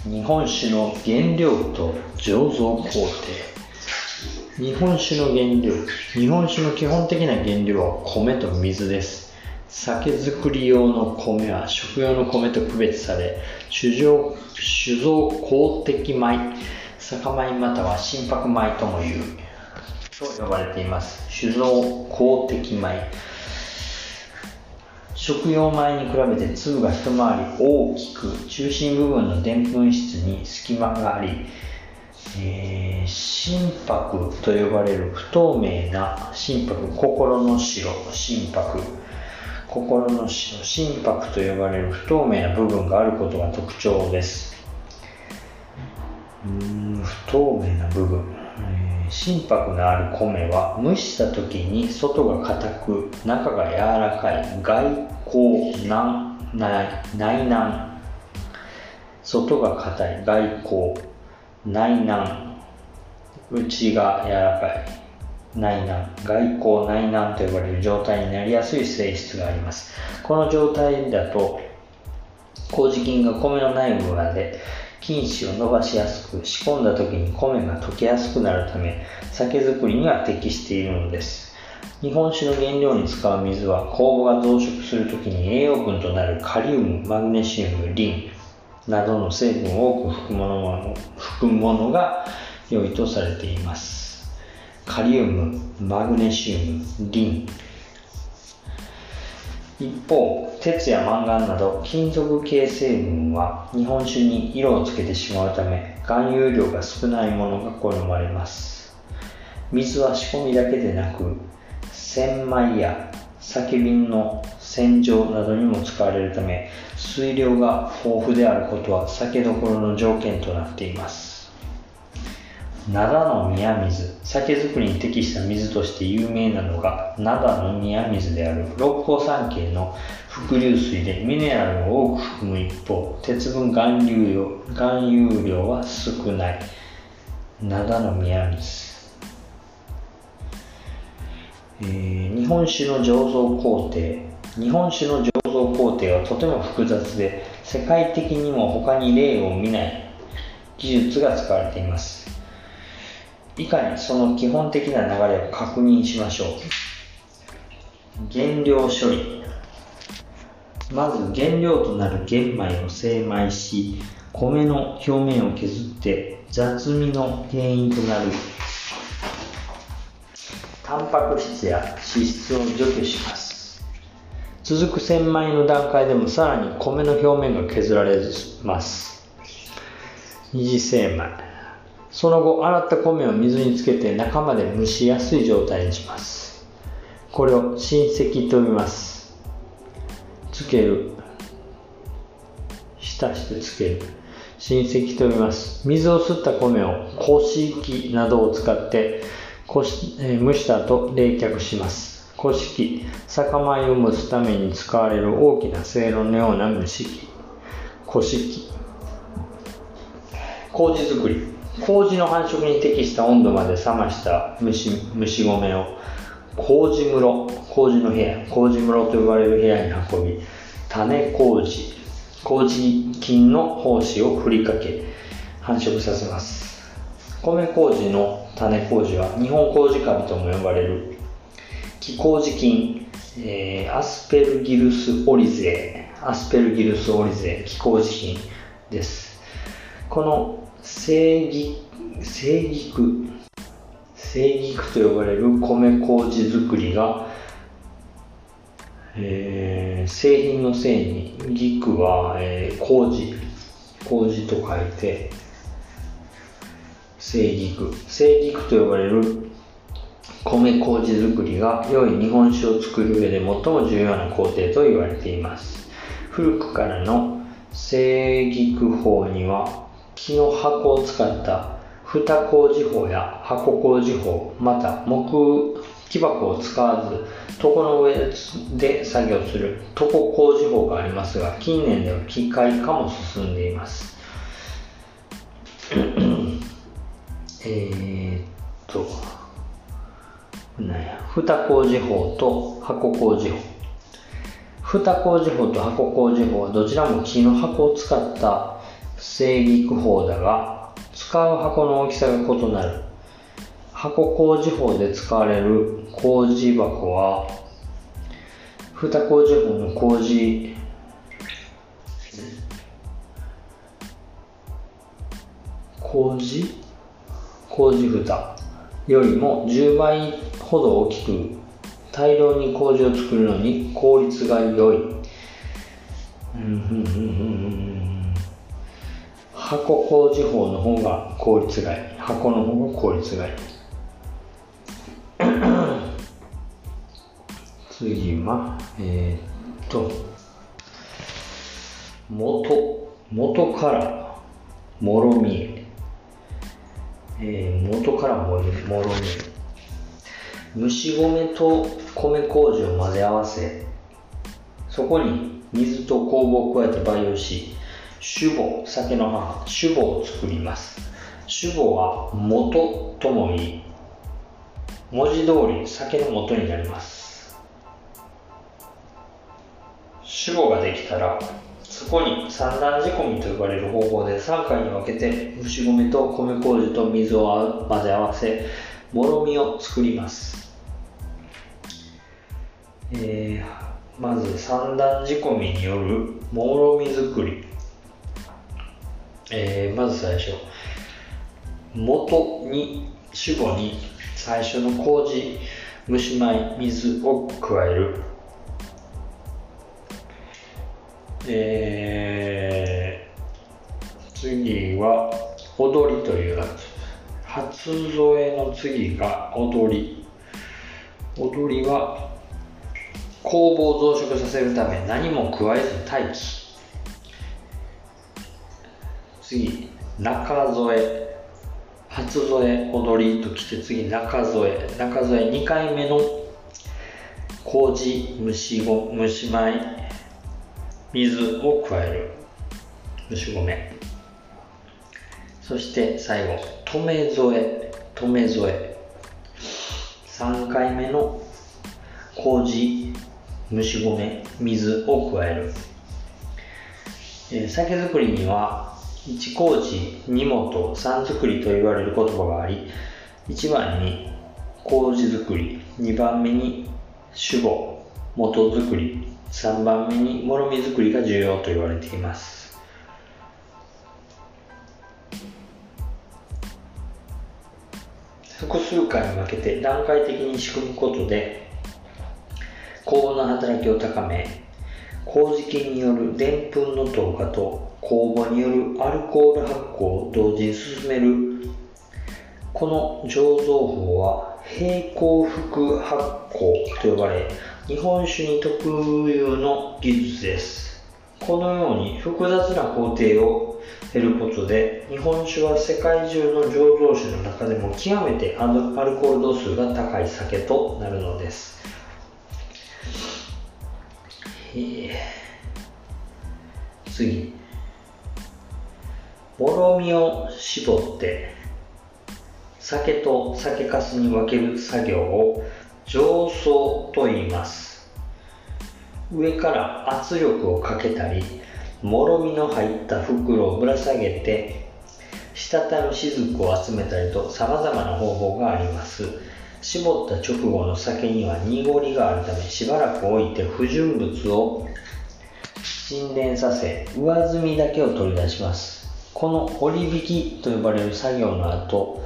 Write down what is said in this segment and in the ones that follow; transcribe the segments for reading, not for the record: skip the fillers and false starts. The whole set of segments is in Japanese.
日本酒の原料と醸造工程。日本酒の原料。日本酒の基本的な原料は米と水です。酒造り用の米は食用の米と区別され、酒造公的米、酒米または心拍米ともいうと呼ばれています。酒造公的米。食用米に比べて粒が一回り大きく、中心部分のでんぷん質に隙間があり、心拍と呼ばれる不透明な心拍、心の城、心拍と呼ばれる不透明な部分があることが特徴です。不透明な部分、心拍のある米は蒸した時に外が硬く中が柔らかい外硬内軟。外が硬い外硬内軟、内が柔らかい内軟、外硬内軟と呼ばれる状態になりやすい性質があります。この状態だと麹菌が米の内部まで菌糸を伸ばしやすく、仕込んだ時に米が溶けやすくなるため、酒造りには適しているのです。日本酒の原料に使う水は酵母が増殖する時に栄養分となるカリウム、マグネシウム、リンなどの成分を多く含むものが良いとされています。カリウム、マグネシウム、リン。一方、鉄やマンガンなど金属系成分は日本酒に色をつけてしまうため、含有量が少ないものが好まれます。水は仕込みだけでなく、洗米や酒瓶の洗浄などにも使われるため、水量が豊富であることは酒どころの条件となっています。灘の宮水。酒造りに適した水として有名なのが灘の宮水である。六甲山系の伏流水でミネラルを多く含む一方、鉄分含有量は少ない。灘の宮水。日本酒の醸造工程。日本酒の醸造工程はとても複雑で、世界的にも他に例を見ない技術が使われています。以下にその基本的な流れを確認しましょう。原料処理。まず原料となる玄米を精米し、米の表面を削って雑味の原因となるタンパク質や脂質を除去します。続く洗米の段階でもさらに米の表面が削られます。二次精米。その後、洗った米を水につけて中まで蒸しやすい状態にします。これを浸積と呼びます。つける。浸してつける。浸積と呼びます。水を吸った米をこし器などを使って蒸した後冷却します。こし器、酒米を蒸すために使われる大きなせいろのような蒸し器。こし器。麹作り。麹の繁殖に適した温度まで冷ました蒸し米を麹室と呼ばれる部屋に運び、種麹菌の胞子を振りかけ繁殖させます。米麹の種麹は日本麹カビとも呼ばれる寄麹菌、アスペルギルスオリゼ寄麹菌です。この生菊と呼ばれる米麹作りが、製品の製に菊は、麹と書いて生菊と呼ばれる米麹作りが良い日本酒を作る上で最も重要な工程と言われています。古くからの生菊法には木の箱を使った蓋麹法や箱麹法、また木箱を使わず床の上で作業する床麹法がありますが、近年では機械化も進んでいます。蓋麹法と箱麹法。蓋麹法と箱麹法はどちらも木の箱を使った正規法だが、使う箱の大きさが異なる。箱工事法で使われる工事箱は、蓋工事法の工事蓋よりも10倍ほど大きく、大量に工事を作るのに効率が良い。箱工事法の方が効率がいい。箱の方が効率がいい。次は元からもろみえ。元からもろみえ。蒸し米と米麹を混ぜ合わせ、そこに水と酵母を加えて培養し、酒母、酒の母、酒母を作ります。酒母は元とも言い、文字通り酒の元になります。酒母ができたら、そこに三段仕込みと呼ばれる方法で3回に分けて蒸し米と米麹と水を混ぜ合わせ、もろみを作ります。まず三段仕込みによるもろみ作り。まず最初、酒母に最初の麹、蒸し米、水を加える。次は踊りというやつ。初添えの次が踊り。踊りは酵母を増殖させるため何も加えず待機。次、中添え。初添え、踊りときて次、中添え。中添え2回目の麹、蒸し米、水を加える。蒸し米。そして最後、止め添え。3回目の麹、蒸し米、水を加える。酒造りには1麹、2元、3作りと言われる言葉があり、1番に麹作り、2番目に酒母、元作り、3番目にもろみ作りが重要と言われています。複数回に分けて段階的に仕組むことで酵母の働きを高め、麹菌によるでんぷんの糖化と酵母によるアルコール発酵を同時に進める。この醸造法は並行複発酵と呼ばれ、日本酒に特有の技術です。このように複雑な工程を経ることで、日本酒は世界中の醸造酒の中でも極めてアルコール度数が高い酒となるのです。次、もろみを絞って酒と酒粕に分ける作業を醸造と言います。上から圧力をかけたり、もろみの入った袋をぶら下げて滴る雫を集めたりと様々な方法があります。絞った直後の酒には濁りがあるため、しばらく置いて不純物を沈殿させ、上澄みだけを取り出します。この折り引きと呼ばれる作業の後、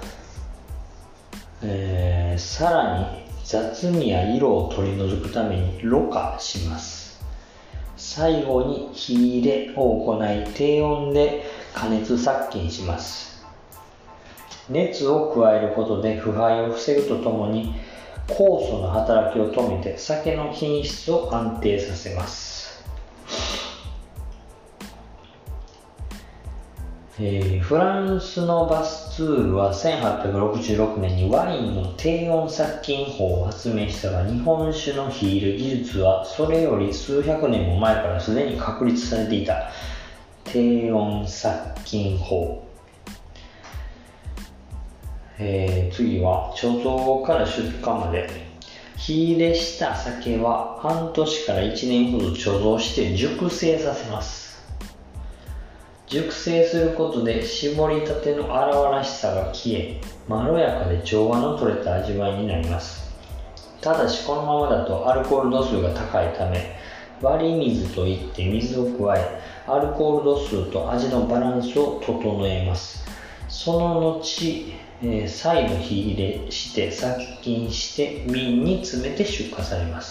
さらに雑味や色を取り除くためにろ過します。最後に火入れを行い、低温で加熱殺菌します。熱を加えることで腐敗を防ぐとともに、酵素の働きを止めて酒の品質を安定させます。フランスのバスツールは1866年にワインの低温殺菌法を発明したが、日本酒の火入れ技術はそれより数百年も前からすでに確立されていた。低温殺菌法。次は貯蔵から出荷まで。火入れした酒は半年から1年ほど貯蔵して熟成させます。 熟成することで絞りたての荒々しさが消え、まろやかで調和の取れた味わいになります。ただしこのままだとアルコール度数が高いため、割り水といって水を加え、アルコール度数と味のバランスを整えます。その後、再度火入れして殺菌して瓶に詰めて出荷されます。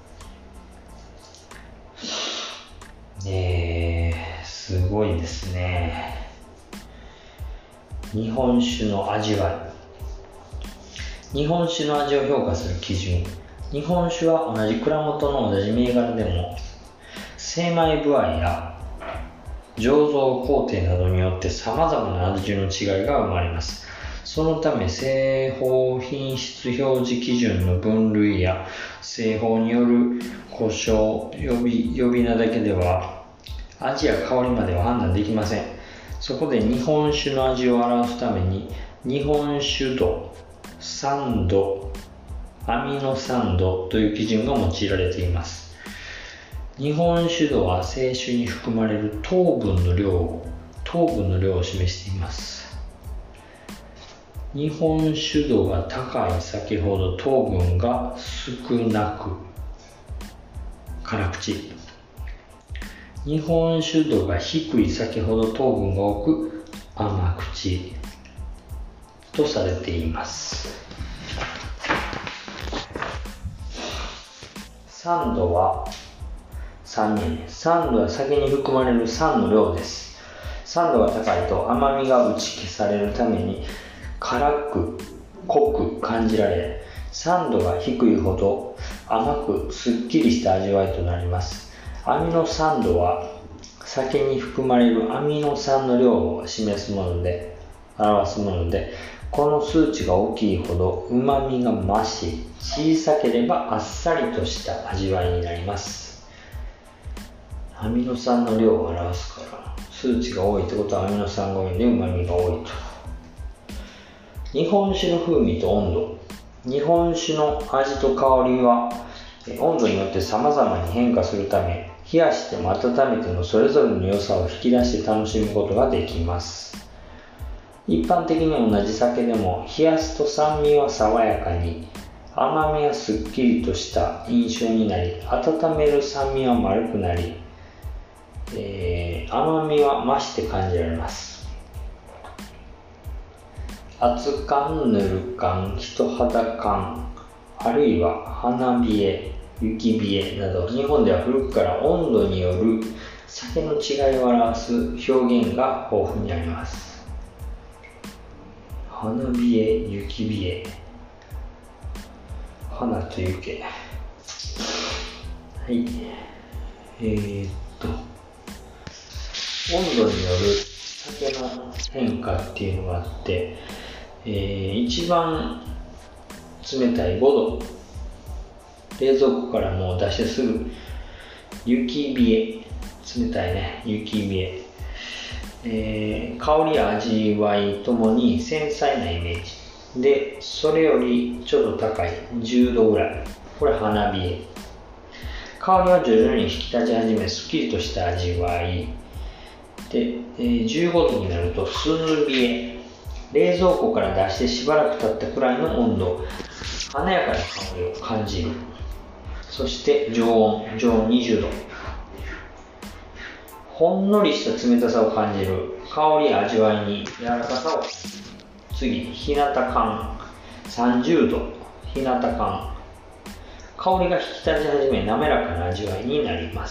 すごいですね。日本酒の味わい。日本酒の味を評価する基準。日本酒は同じ蔵元の同じ銘柄でも精米具合や醸造工程などによって様々な味の違いが生まれます。そのため製法品質表示基準の分類や製法による呼称、呼び名だけでは味や香りまでは判断できません。そこで日本酒の味を表すために日本酒度、酸度、アミノ酸度という基準が用いられています。日本酒度は清酒に含まれる糖分の量を示しています。日本酒度が高い酒ほど糖分が少なく辛口。日本酒度が低い酒ほど糖分が多く甘口とされています。酸度は酸味。酸度は酒に含まれる酸の量です。酸度が高いと甘みが打ち消されるために辛く濃く感じられ、酸度が低いほど甘くすっきりした味わいとなります。アミノ酸度は酒に含まれるアミノ酸の量を表すもので、この数値が大きいほど旨味が増し、小さければあっさりとした味わいになります。アミノ酸の量を表すから、数値が多いってことはアミノ酸が多いので旨味が多いと。日本酒の風味と温度。日本酒の味と香りは温度によって様々に変化するため、冷やしても温めてもそれぞれの良さを引き出して楽しむことができます。一般的に同じ酒でも冷やすと酸味は爽やかに、甘みはすっきりとした印象になり、温める酸味は丸くなり、甘みは増して感じられます。熱燗、ぬる燗、人肌燗、あるいは花冷え、雪冷えなど、日本では古くから温度による酒の違いを表す表現が豊富にあります。花冷え、雪冷え、花と雪。はい。温度による酒の変化っていうのがあって、一番冷たい5度、冷蔵庫からもう出してすぐ雪冷え、冷たいね、雪冷え、香りや味わいともに繊細なイメージで、それよりちょっと高い10度ぐらい、これ花冷え。香りは徐々に引き立ち始め、すっきりとした味わいで、15度になると涼冷え、冷蔵庫から出してしばらく経ったくらいの温度、華やかな香りを感じる。そして常温20度、ほんのりした冷たさを感じる。香りや味わいに柔らかさを感じる。次、日向燗30度、日向燗、香りが引き立ち始め、滑らかな味わいになります。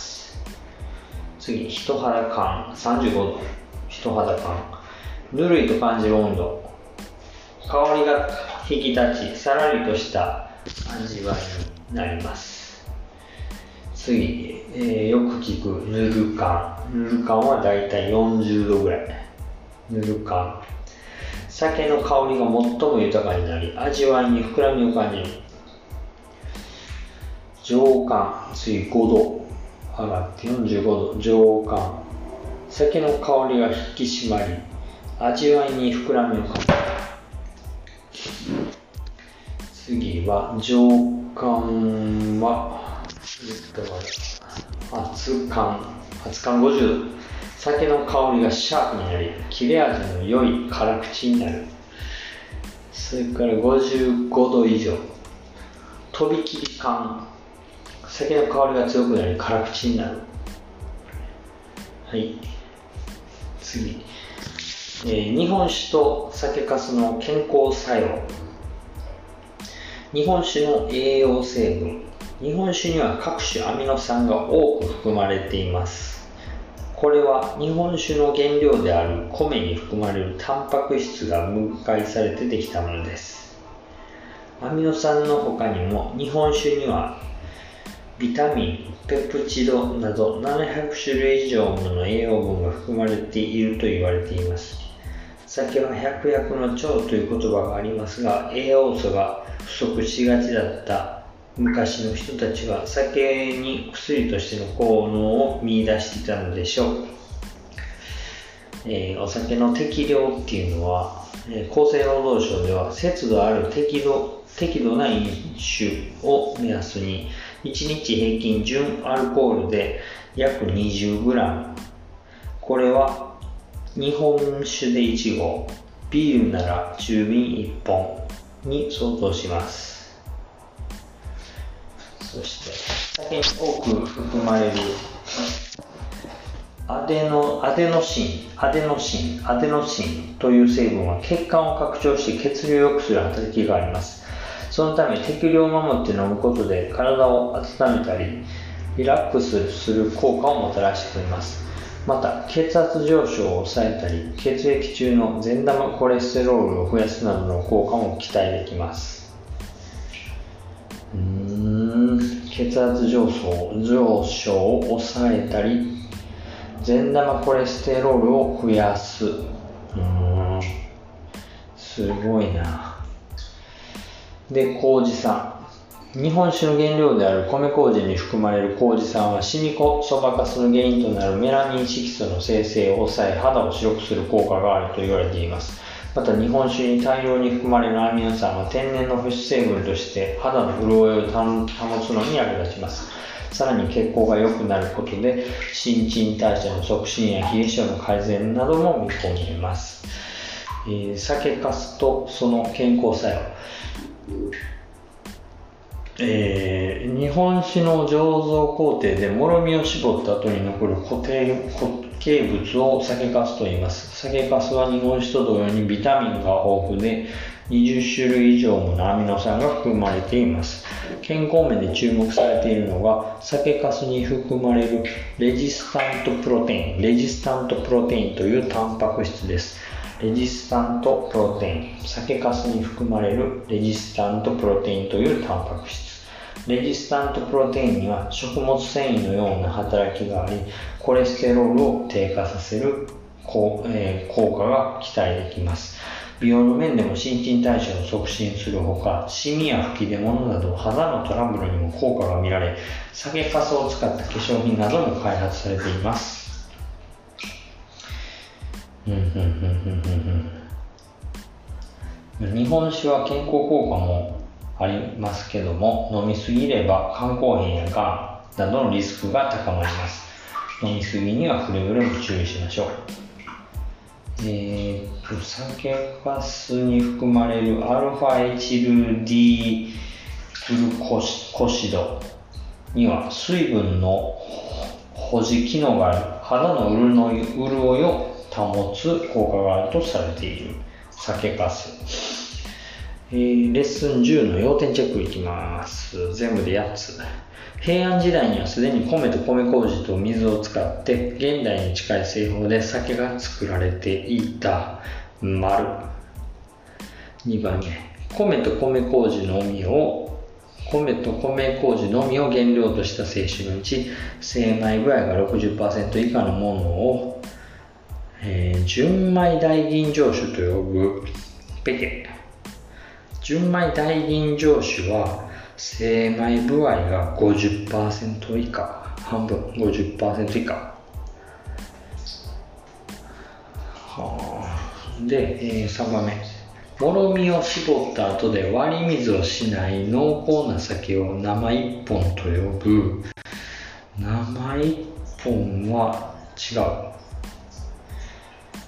次、人肌燗35度、人肌燗、ぬるいと感じる温度、香りが引き立ち、さらりとした味わいになります。次、よく聞くぬる燗。ぬる燗はだいたい40度ぐらい。ぬる燗。酒の香りが最も豊かになり、味わいに膨らみを感じる。上燗。次5度上がって45度。上燗。酒の香りが引き締まり、味わいに膨らみを感じる。次は上燗は熱燗50度、 酒の香りがシャープになり、切れ味の良い辛口になる。それから55度以上。とびきり感。酒の香りが強くなり辛口になる。はい。次。日本酒と酒粕の健康作用。日本酒の栄養成分。日本酒には各種アミノ酸が多く含まれています。これは日本酒の原料である米に含まれるタンパク質が分解されてできたものです。アミノ酸の他にも日本酒にはビタミン、ペプチドなど700種類以上もの栄養分が含まれていると言われています。酒は百薬の長という言葉がありますが、栄養素が不足しがちだった昔の人たちは酒に薬としての効能を見出していたのでしょう。お酒の適量っていうのは、厚生労働省では節度ある適度な飲酒を目安に1日平均純アルコールで約 20g、 これは日本酒で1合、ビールなら中瓶1本に相当します。そして酒に多く含まれるアデノシンという成分は血管を拡張して血流を良くする働きがあります。そのため適量を守って飲むことで体を温めたりリラックスする効果をもたらしています。また血圧上昇を抑えたり血液中の善玉コレステロールを増やすなどの効果も期待できます。血圧上昇を抑えたり善玉コレステロールを増やす。すごいな。で、麹酸。日本酒の原料である米麹に含まれる麹酸はシミコそばかすの原因となるメラニン色素の生成を抑え肌を白くする効果があると言われています。また日本酒に大量に含まれるアミノ酸は天然の保湿成分として肌の潤いを保つのに役立ちます。さらに血行が良くなることで新陳代謝の促進や冷え性の改善なども見込めます。酒粕とその健康作用。日本酒の醸造工程でもろみを絞った後に残る固形物を酒粕と言います。酒粕は日本酒と同様にビタミンが豊富で20種類以上ものアミノ酸が含まれています。健康面で注目されているのが酒粕に含まれるレジスタントプロテインというタンパク質です。レジスタントプロテイン。酒粕に含まれるレジスタントプロテインというタンパク質。レジスタントプロテインには食物繊維のような働きがあり、コレステロールを低下させる効果が期待できます。美容の面でも新陳代謝を促進するほか、シミや吹き出物など肌のトラブルにも効果が見られ、酒粕を使った化粧品なども開発されています。日本酒は健康効果もありますけども、飲みすぎれば肝硬変やがんなどのリスクが高まります。飲みすぎにはくれぐれも注意しましょう。酒粕に含まれるアルファエチル D グルコシドには水分の保持機能がある肌の潤いを保つ効果があるとされている酒粕。レッスン10の要点チェックいきます。全部で8つ。平安時代にはすでに米と米麹と水を使って現代に近い製法で酒が作られていた。2番目、米と米麹のみを原料とした清酒のうち精米具合が 60% 以下のものを、純米大吟醸酒と呼ぶ。純米大吟醸酒は精米部合が 50% 以下、半分 50% 以下で、3番目、もろみを絞った後で割り水をしない濃厚な酒を生一本と呼ぶ。生一本は違う。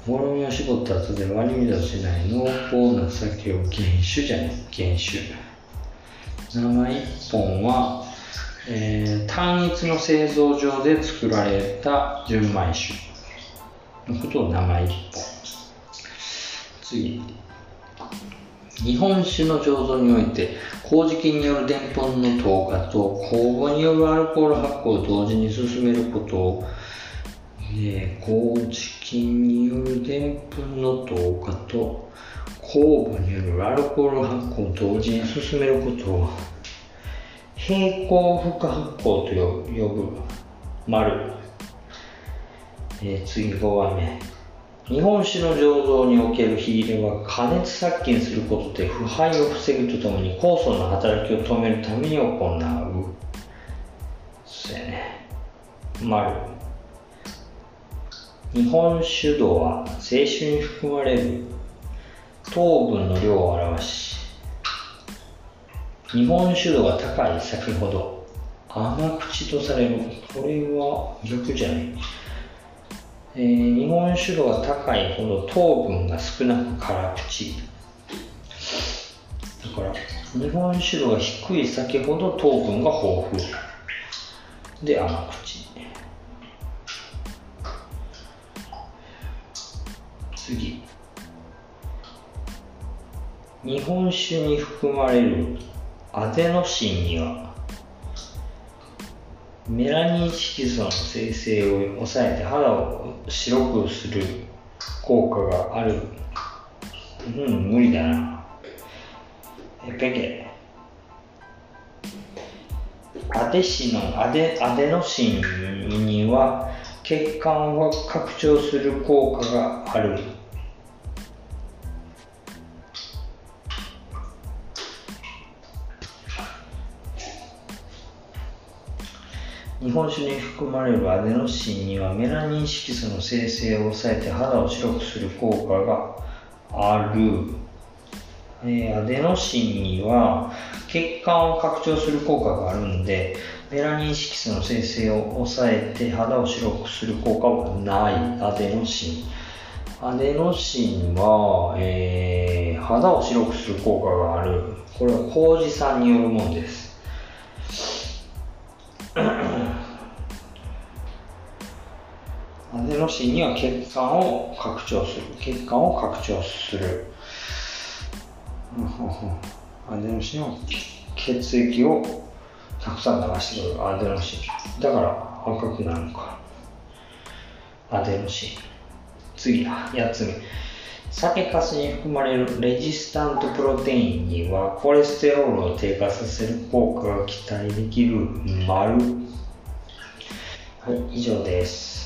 もろみを絞った後で割り乱せない濃厚な酒を原酒じゃない、原酒。生一本は、単一の製造場で作られた純米酒のことを生一本。次。日本酒の醸造において、麹菌によるでんぷんの糖化と酵母によるアルコール発酵を同時に進めることを、麹菌によるでんぷんの糖化と酵母によるアルコール発酵を同時に進めることを並行負荷発酵と呼ぶ。丸。次5番目。日本酒の醸造における火入れは加熱殺菌することで腐敗を防ぐとともに酵素の働きを止めるために行う。そうやね。丸。日本酒度は清酒に含まれる糖分の量を表し、日本酒度が高い酒ほど甘口とされる。これは逆じゃない。日本酒度が高いほど糖分が少なく辛口。だから日本酒度が低い酒ほど糖分が豊富で甘口。次。日本酒に含まれるアデノシンにはメラニン色素の生成を抑えて肌を白くする効果がある。無理だな。ペケ。アデノシンには血管を拡張する効果がある。日本酒に含まれるアデノシンにはメラニン色素の生成を抑えて肌を白くする効果がある。アデノシンには血管を拡張する効果があるんで、メラニン色素の生成を抑えて肌を白くする効果はない。アデノシンは、肌を白くする効果がある。これは麹酸によるものです。アデノシンには血管を拡張する。アデノシンは血液をたくさん流してくる。アデノシンだから赤くなるのか。アデノシン。次8つ目。酒粕に含まれるレジスタントプロテインにはコレステロールを低下させる効果が期待できる。丸。はい、以上です。